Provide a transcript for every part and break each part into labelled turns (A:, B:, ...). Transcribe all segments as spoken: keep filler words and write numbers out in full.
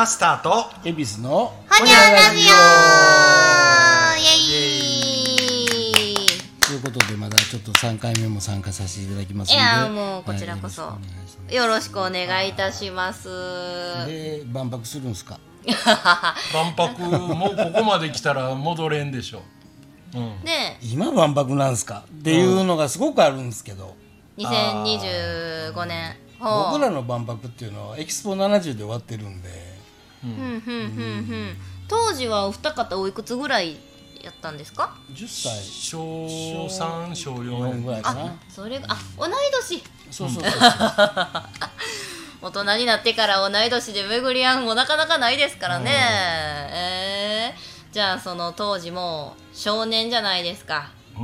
A: マスターと
B: 恵比寿の
C: ほにゃラジオイエイ
B: ということでまだちょっとさんかいめも参加させていただきますので、
C: いやもうこちらこそ、はい、よろしくお願いいたします。
B: で万博するんすか？
A: 万博もうここまで来たら戻れんでしょ、うん、
C: ね
B: 今万博なんすかっていうのがすごくあるんですけど、
C: にせんにじゅうごねん
B: 僕らの万博っていうのはエキスポななじゅうで終わってるんで、
C: うんうんうんうん、当時はお二方おいくつぐらいやったんですか？
B: じゅっさい
A: しょうさん、しょうよん
B: ぐらいかな。
C: あ、それがあ同い年。
B: そうそうそうそう
C: 大人になってから同い年で巡り合うもなかなかないですからね、うんえー、じゃあその当時も少年じゃないですか、うん、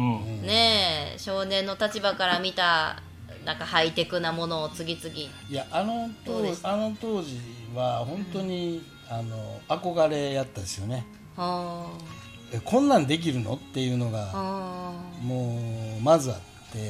C: ねえ少年の立場から見たなんかハイテクなものを次々。い
B: やあの当あの当時は本当に、うん、あの憧れやったですよね。はえこんなんできるのっていうのがもうまずあって、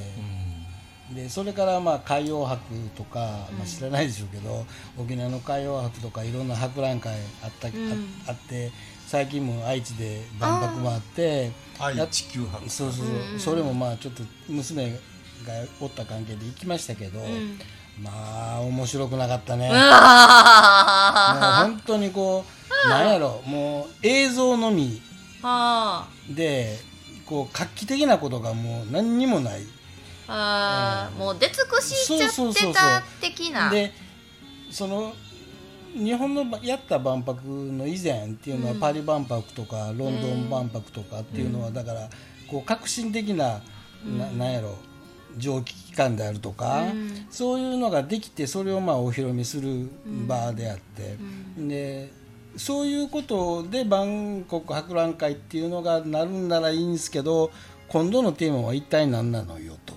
B: うん、でそれからまあ海洋博とか、まあ、知らないでしょうけど、うん、沖縄の海洋博とかいろんな博覧会あった、うん、あ, あって最近も愛知で万博もあって
A: 愛知級博
B: そうそうそう、うん、それもまあちょっと娘がおった関係で行きましたけど、うん、まあ面白くなかったね。もう本当にこうなんやろもう映像のみでこう画期的なことがもう何にもない。
C: あ、うん、もう出尽くしちゃってた的な。
B: でその日本のやった万博の以前っていうのは、うん、パリ万博とかロンドン万博とかっていうのは、うん、だからこう革新的な、うん、な, なんやろ蒸気機関であるとか、うん、そういうのができてそれをまあお披露目する場であって、うん、でそういうことで万国博覧会っていうのがなるんならいいんですけど今度のテーマは一体何なのよと。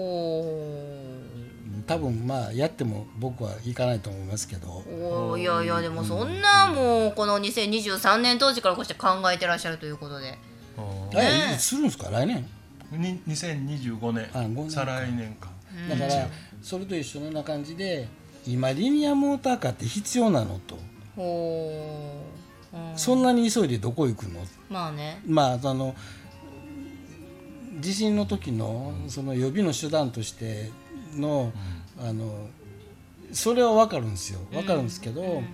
B: 多分まあやっても僕は行かないと思いますけど。
C: おいやいやでもそんなもうこのにせんにじゅうさんねん当時からこうして考えてらっしゃるということで、
B: ね、するんですか来年
A: にせんにじゅうごねん、あ年再来年か。
B: だからそれと一緒のような感じで今リニアモーターカーって必要なのと。ほう、うん、そんなに急いでどこ行くの。
C: まあね
B: まああの地震の時のその予備の手段としての、うん、あのそれは分かるんですよ分かるんですけど、うんうん、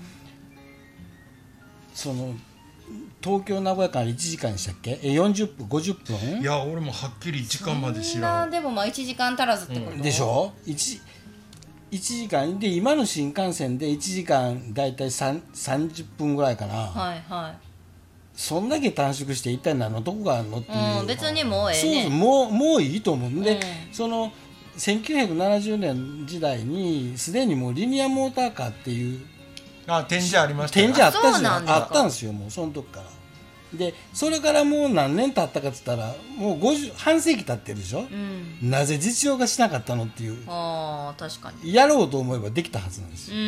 B: その東京名古屋間いちじかんでしたっけえよんじゅっぷんごじゅっぷん。
A: いや俺もはっきり時間まで知らん。
C: そんなでもまあいちじかん足らずってこと、うん、
B: でしょ 1, いちじかんで今の新幹線でいちじかんだいたいさんじゅっぷんぐらいかな。はいはいそんだけ短縮して一体何のとこがあるのっていう、
C: うん、別にもうええね
B: そうそうもう、もういいと思うんで、うん、そのせんきゅうひゃくななじゅうねん時代にすでにもうリニアモーターカーっていう
A: あ展示ありました
B: 展示あったしあったんですよもうその時からでそれからもう何年経ったかっつったらもうごじゅう半世紀経ってるでしょ、うん、なぜ実用化しなかったのっていう
C: あ確かに
B: やろうと思えばできたはずなんですよ、うん、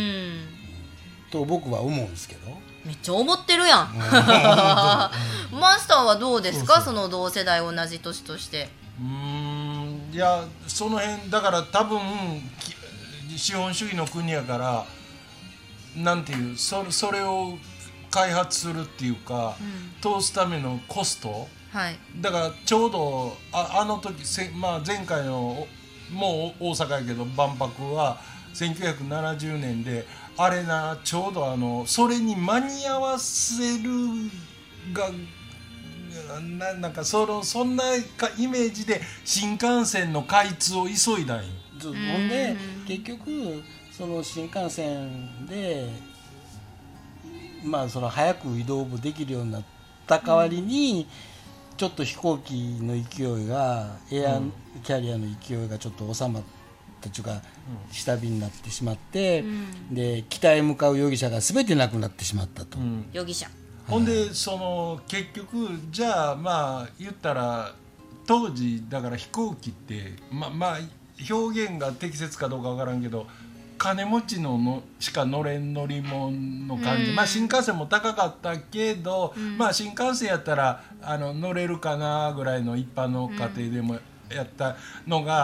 B: と僕は思うんですけど
C: めっちゃ思ってるやんマスターはどうですか？ そ, その同世代同じ年として
A: うーんいやその辺だから多分資本主義の国やからなんていう そ, それを開発するっていうか、うん、通すためのコスト、はい、だからちょうど あ, あの時せ、まあ、前回のもう大阪やけど万博はせんきゅうひゃくななじゅうねんであれなちょうどあのそれに間に合わせるが な, なんか そ, そんなイメージで新幹線の開通を急いだんよ。
B: ほんで結局その新幹線でまあその早く移動もできるようになった代わりに、うん、ちょっと飛行機の勢いがエアキャリアの勢いがちょっと収まったちゅうか下火になってしまって、うん、で北へ向かう容疑者が全てなくなってしまったと、うん、
C: 容疑者
A: ほんでその結局じゃあまあ言ったら当時だから飛行機ってまあまあ表現が適切かどうかわからんけど金持ちののしか乗れん乗り物の感じ、うん、まあ新幹線も高かったけど、うん、まあ新幹線やったらあの乗れるかなぐらいの一般の家庭でもやったのが、うん、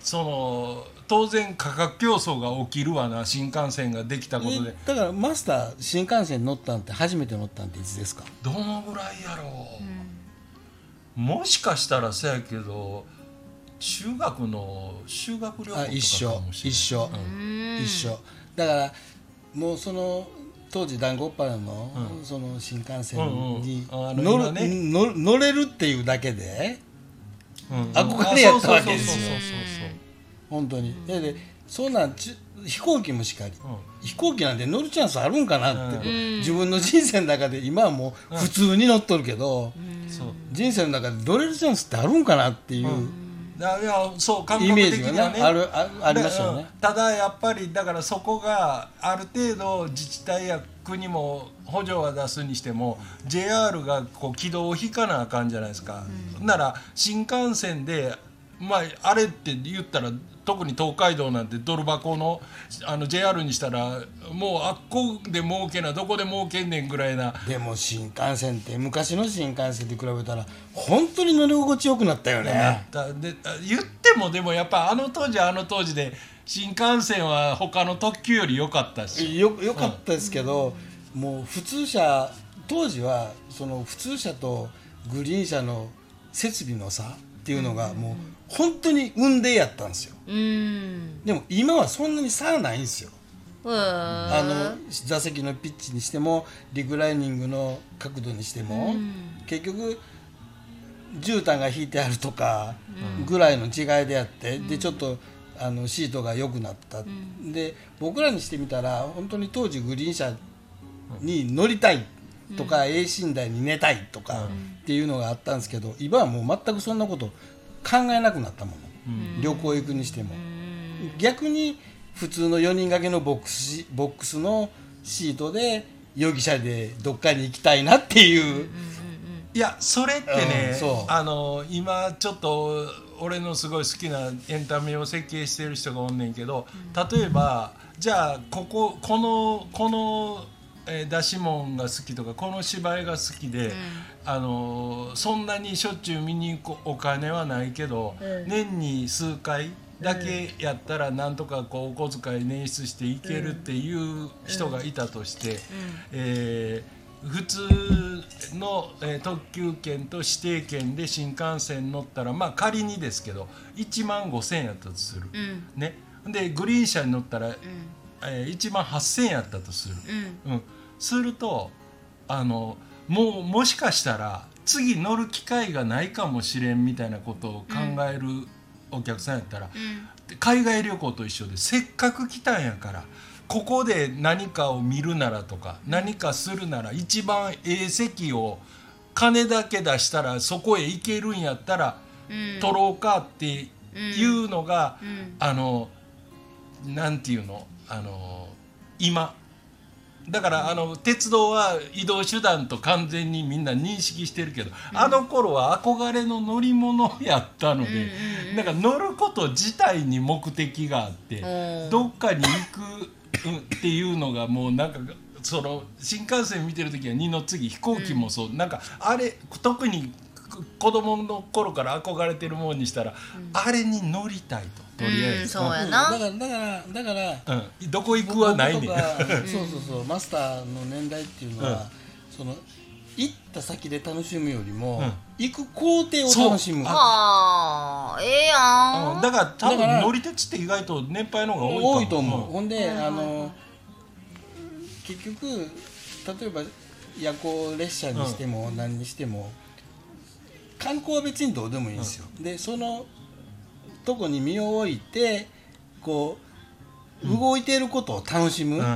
A: その当然価格競争が起きるわな、新幹線ができたことで。
B: だからマスター新幹線乗ったんって初めて乗ったんっていつですか？
A: どのぐらいやろう、うん、もしかしたらそうやけど中学の修学旅行とかかもしれない。
B: 一緒一緒、うん、一緒だからもうその当時団子っ腹の、うん、その新幹線に乗る、ね、乗れるっていうだけで、うん、憧れやったわけですよ。本当に、うん、でそうなん飛行機もしかり、うん、飛行機なんて乗るチャンスあるんかなって、うん、自分の人生の中で今はもう普通に乗っとるけど、うん、人生の中で乗れるチャンスってあるんかなっていう、うん
A: いやそう感覚的にはね
B: ある あ, ありますよね。
A: ただやっぱりだからそこがある程度自治体や国も補助は出すにしても ジェイアール がこう軌道を引かなあかんじゃないですか、うん、なら新幹線でまああれって言ったら特に東海道なんてドル箱の、あの ジェイアール にしたらもうあっこで儲けなどこで儲けんねんぐらいな。
B: でも新幹線って昔の新幹線で比べたら本当に乗り心地よくなったよね。なった
A: で言ってもでもやっぱあの当時あの当時で新幹線は他の特急より良かったし
B: よ, よかったですけど、うん、もう普通車当時はその普通車とグリーン車の設備の差っていうのがもう本当に雲泥やったんですよ。うんでも今はそんなに差はないんですよ。あの座席のピッチにしてもリクライニングの角度にしても結局絨毯が引いてあるとかぐらいの違いであって、でちょっとあのシートが良くなった、で僕らにしてみたら本当に当時グリーン車に乗りたいとか、うん、A 寝台に寝たいとかっていうのがあったんですけど、今はもう全くそんなこと考えなくなったもの、うん、旅行行くにしても、うん、逆に普通のよにん掛けのボックス、ボックスのシートで容疑者でどっかに行きたいなっていう、うんうんうん、
A: いやそれってね、うん、あの今ちょっと俺のすごい好きなエンタメを設計してる人がおんねんけど、例えばじゃあこここのこのえー、出し物が好きとかこの芝居が好きで、うん、あのー、そんなにしょっちゅう見に行くお金はないけど、うん、年に数回だけやったらなんとかこうお小遣い捻出していけるっていう人がいたとして、うんうんえー、普通の、えー、特急券と指定券で新幹線乗ったらまあ仮にですけどいちまんごせんえんやったとする、うんね、でグリーン車に乗ったら、うんえー、いちまんはっせんえんやったとする、うんうん、するとあのもうもしかしたら次乗る機会がないかもしれんみたいなことを考えるお客さんやったら、うん、海外旅行と一緒でせっかく来たんやからここで何かを見るならとか何かするなら一番ええ席を金だけ出したらそこへ行けるんやったら、うん、取ろうかっていうのが、うんうん、あのなんていうのあの今だからあの鉄道は移動手段と完全にみんな認識してるけど、うん、あの頃は憧れの乗り物やったので、うんうんうん、なんか乗ること自体に目的があって、うん、どっかに行くっていうのがもうなんかその新幹線見てる時は二の次飛行機もそう、うん、なんかあれ特に子供の頃から憧れてるもんにしたら、うん、あれに乗りたいと。とりあえず、
C: うん、そうやな、
B: だからだからだから、
A: うん、どこ行くはないねん
B: そうそうそうマスターの年代っていうのは、うん、その行った先で楽しむよりも、うん、行く工程を楽しむ。
C: ああええやん、
A: うん、だから多分乗り鉄って意外と年配の方が多いかも。
B: 多いと思う、うん、ほんで、うん、あの結局例えば夜行列車にしても何にしても、観光は別にどうでもいいんですよ、うん、でそのとこに身を置いてこう動いていることを楽しむの、うん、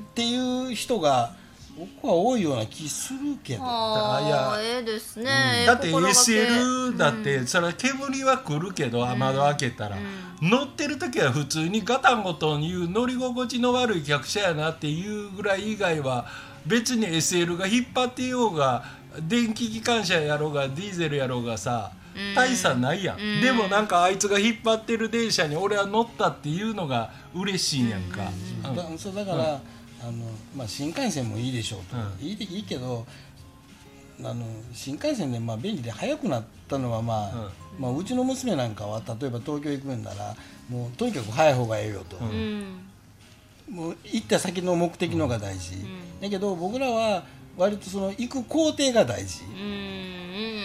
B: っていう人が僕は多いような気するけど。
C: あいやええですね、
A: うん、だって エスエル だって、うん、それは煙は来るけど、うん、窓開けたら、うん、乗ってる時は普通にガタンゴトンいう乗り心地の悪い客車やなっていうぐらい以外は別に エスエル が引っ張っていようが電気機関車やろうがディーゼルやろうがさ大差ないやん、うん、でもなんかあいつが引っ張ってる電車に俺は乗ったっていうのが嬉しいんやんか、
B: うんうんうん、だ, そうだから、うんあのまあ、新幹線もいいでしょうと、うん、い, い, いいけどあの新幹線でまあ便利で早くなったのは、まあうんまあ、うちの娘なんかは例えば東京行くんならもうとにかく早い方がええよと、うん、もう行った先の目的のが大事、うん、だけど僕らは割とその行く工程が大事、うん、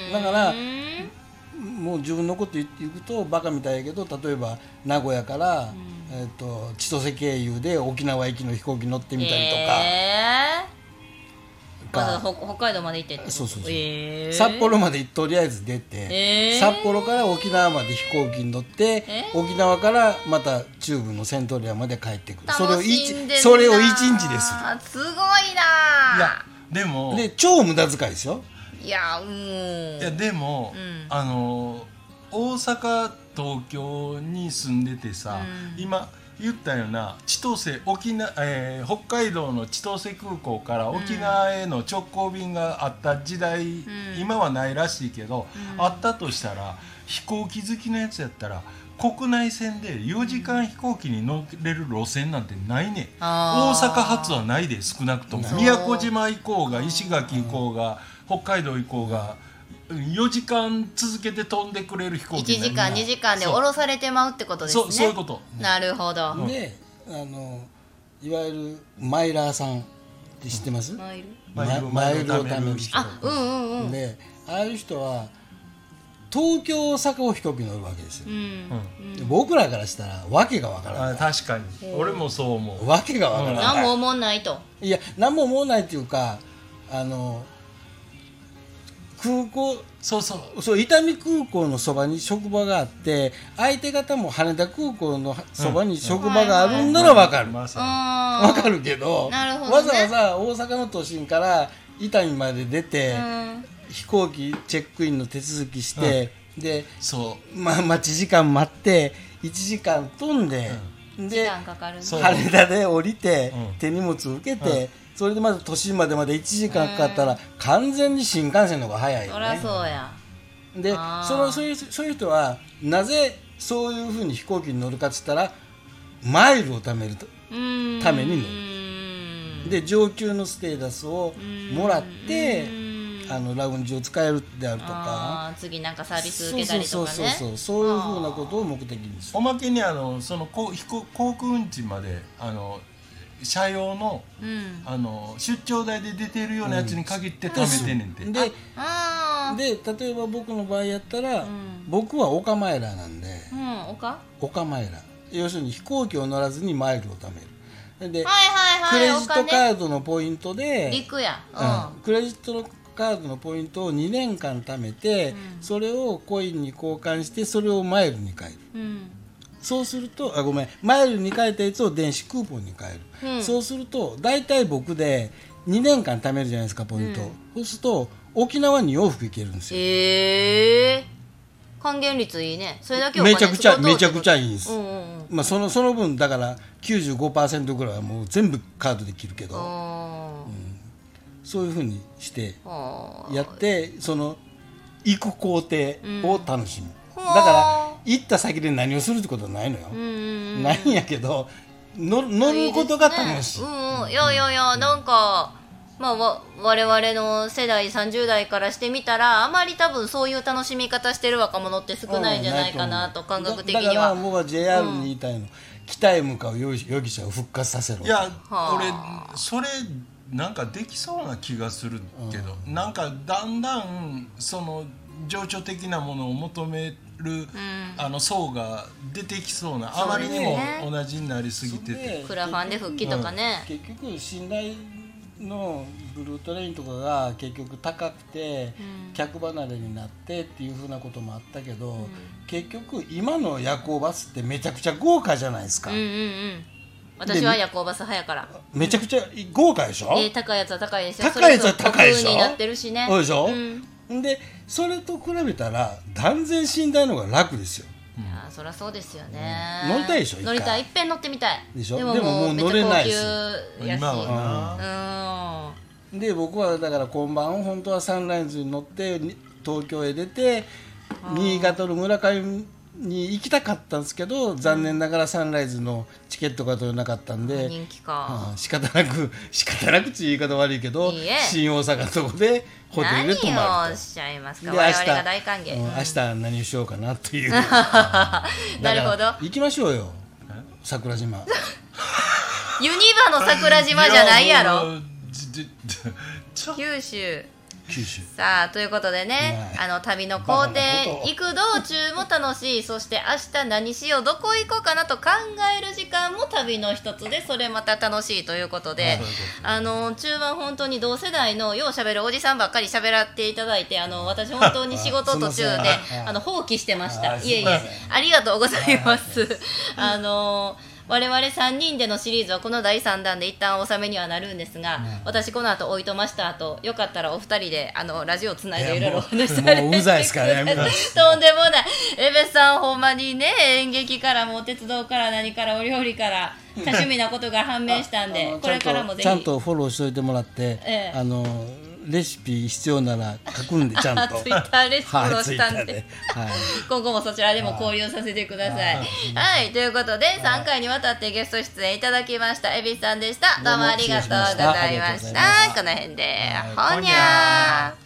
B: だからもう自分のこと言っていくとバカみたいやけど、例えば名古屋から、うんえー、と千歳経由で沖縄行きの飛行機乗ってみたりとか、えー
C: まず北海道まで行ってって
B: そうそうそう、えー、札幌までとりあえず出て、えー、札幌から沖縄まで飛行機に乗って、えー、沖縄からまた中部のセントレアまで帰ってくる。それを一それを一日でする。
C: すごいな。い
A: やでも
B: で超無駄遣いですよ。
C: いやうん
A: いやでも、うん、あの大阪東京に住んでてさ、うん、今言ったような千歳沖縄、えー、北海道の千歳空港から沖縄への直行便があった時代、うん、今はないらしいけど、うん、あったとしたら飛行機好きのやつやったら国内線でよじかん飛行機に乗れる路線なんてないね。大阪発はないで、少なくとも宮古島行こうが石垣行こうが北海道行こうがよじかん続けて飛んでくれる飛行機
C: いちじかんにじかんで降ろされてまうってことですね。
A: そう、そういうこと。
C: なるほど。
B: で、あのいわゆるマイラーさんって知ってます？うん、マイルマイルマイルを貯める人。
C: あ、うんうんうん。
B: で、ああいう人は東京大阪を飛行機に乗るわけですよ、うんうん、僕らからしたら訳がわからない。
A: 確かに俺もそう思う。
B: 訳がわからない、
C: 何も思わないと。
B: いや何も思わないっていうか、あの空港
A: そうそう
B: そう伊丹空港のそばに職場があって、相手方も羽田空港のそばに職場があるんならわかる、わかるけど、
C: なるほどね、
B: わざわざ大阪の都心から伊丹まで出て、うん飛行機チェックインの手続きして、うん、でそう、まあ、待ち時間待っていちじかん飛んで、
C: うん、で
B: 羽田で降りて、うん、手荷物受けて、うん、それでまず都心までまでいちじかんかかったら、うん、完全に新幹線の方が早いよね。
C: そりゃそうや。
B: でそのそういうそういう人はなぜそういうふうに飛行機に乗るかっつったらマイルを貯めるために乗る。で上級のステータスをもらってあのラウンジを使えるであるとか、
C: あ次なんかサービス受けたりとかね、
B: そうそうそうそうそういうふうなことを目的にする。
A: おまけにあのその航空運賃まであの車用の、うん、あの出張代で出てるようなやつに限って貯めてんねんて、うん、で,
B: で例えば僕の場合やったら、うん、僕はオカマイラーなんで、
C: うん、オカ
B: オカマイラー要するに飛行機を乗らずにマイルを貯める。で、
C: はいはいはい、
B: クレジットカードのポイントで
C: 陸や、
B: うん、クレジットカードのポイントをにねんかん貯めて、うん、それをコインに交換してそれをマイルに変える、うん、そうするとあごめんマイルに変えたやつを電子クーポンに変える、うん、そうすると大体僕でにねんかん貯めるじゃないですかポイント、うん、そうすると沖縄に往復行けるんですよ。
C: へえー、還元率いいね。それだけお
B: 金めちゃくちゃめちゃくちゃいいんです、うんうんうんまあ、そのその分だからきゅうじゅうごパーセント ぐらいはもう全部カードで切るけど、うん、そういう風にしてやってその行く工程を楽しむ、うん、だから行った先で何をするってことはないのよ、うん、ないんやけど乗ることが楽しい。いいですね、
C: うん、いやいやいやなんかまあ、わ我々の世代さんじゅう代からしてみたらあまり多分そういう楽しみ方してる若者って少ないんじゃないかなと感覚的には。
B: だから僕は ジェイアール に言いたいの、うん、北へ向かう容疑者を復活させろ。
A: いや俺それなんかできそうな気がするけど、うん、なんかだんだんその情緒的なものを求める、うん、あの層が出てきそうな、あまりにも同じになりすぎてて、
C: クラファンで復帰とかね、
B: うん、結局信頼のブルートレインとかが結局高くて、うん、客離れになってっていうふうなこともあったけど、うん、結局今の夜行バスってめちゃくちゃ豪華じゃないですか、
C: うんうんうん、私は夜行バス派やから
B: めちゃくちゃ豪華でしょ、
C: えー、高いやつは高いですよ。
B: 高いやつは高いでしょ、
C: になってるしね。
B: そうでしょ、うん、でそれと比べたら断然寝台の方が楽ですよ。
C: いやそりゃそうですよね、
B: うん、乗りたいでしょ。
C: 乗りたい、いっぺん乗ってみたい
B: でしょ。でももう乗れないし
A: 今はな、
B: うん、で僕はだから今晩本当はサンライズに乗って東京へ出て新潟の村上に行きたかったんですけど、残念ながらサンライズのチケットが取れなかったんで、
C: 人気か、
B: はあ、仕方なく仕方なくっていう言い方悪いけど、
C: いいえ
B: 新大阪のとこでホテルで泊
C: 何
B: まると。
C: をおっしゃいますか。
B: で
C: 我々が大歓迎、
B: うん明日何をしようかなっていう
C: なるほど。
B: だから行きましょうよ桜島
C: ユニバの桜島じゃないやろ、
A: もうじじちょ
C: 九州。
B: 九州
C: さあということでね、
B: はい
C: あの旅の工程
B: バカなことを
C: 行く道中も楽しい、そして明日何しようどこ行こうかなと考える時間も旅の一つで、それまた楽しいということで、あの中盤本当に同世代のようしゃべるおじさんばっかりしゃべらっていただいて、あの私本当に仕事途中で
B: すいません
C: あの放棄してました
B: あ
C: いえいえ
B: すいません
C: ありがとうございますあの我々さんにんでのシリーズはこのだいさんだんで一旦お納めにはなるんですが、私この後おいとました後よかったらお二人であのラジオつないでいろいろお話しされて
B: もううざいですからねもう
C: とんでもないエベさんほんまにね、演劇からも鉄道から何からお料理から多趣味なことが判明したんで、
B: あの
C: これからもぜひ
B: ちゃんとちゃんとフォローしといてもらって、
C: ええ
B: あのレシピ必要なら書くんでちゃんと
C: ツイッターレシピフォローしたんで、
B: はい、ツイッターではい
C: 今後もそちらでも交流させてください。はい、ということでさんかいにわたってゲスト出演いただきました恵比寿さんでした。どうもありがとうございました。
B: どうも失礼しましたありがとうございます
C: この辺で、
B: はい
C: ほにゃー。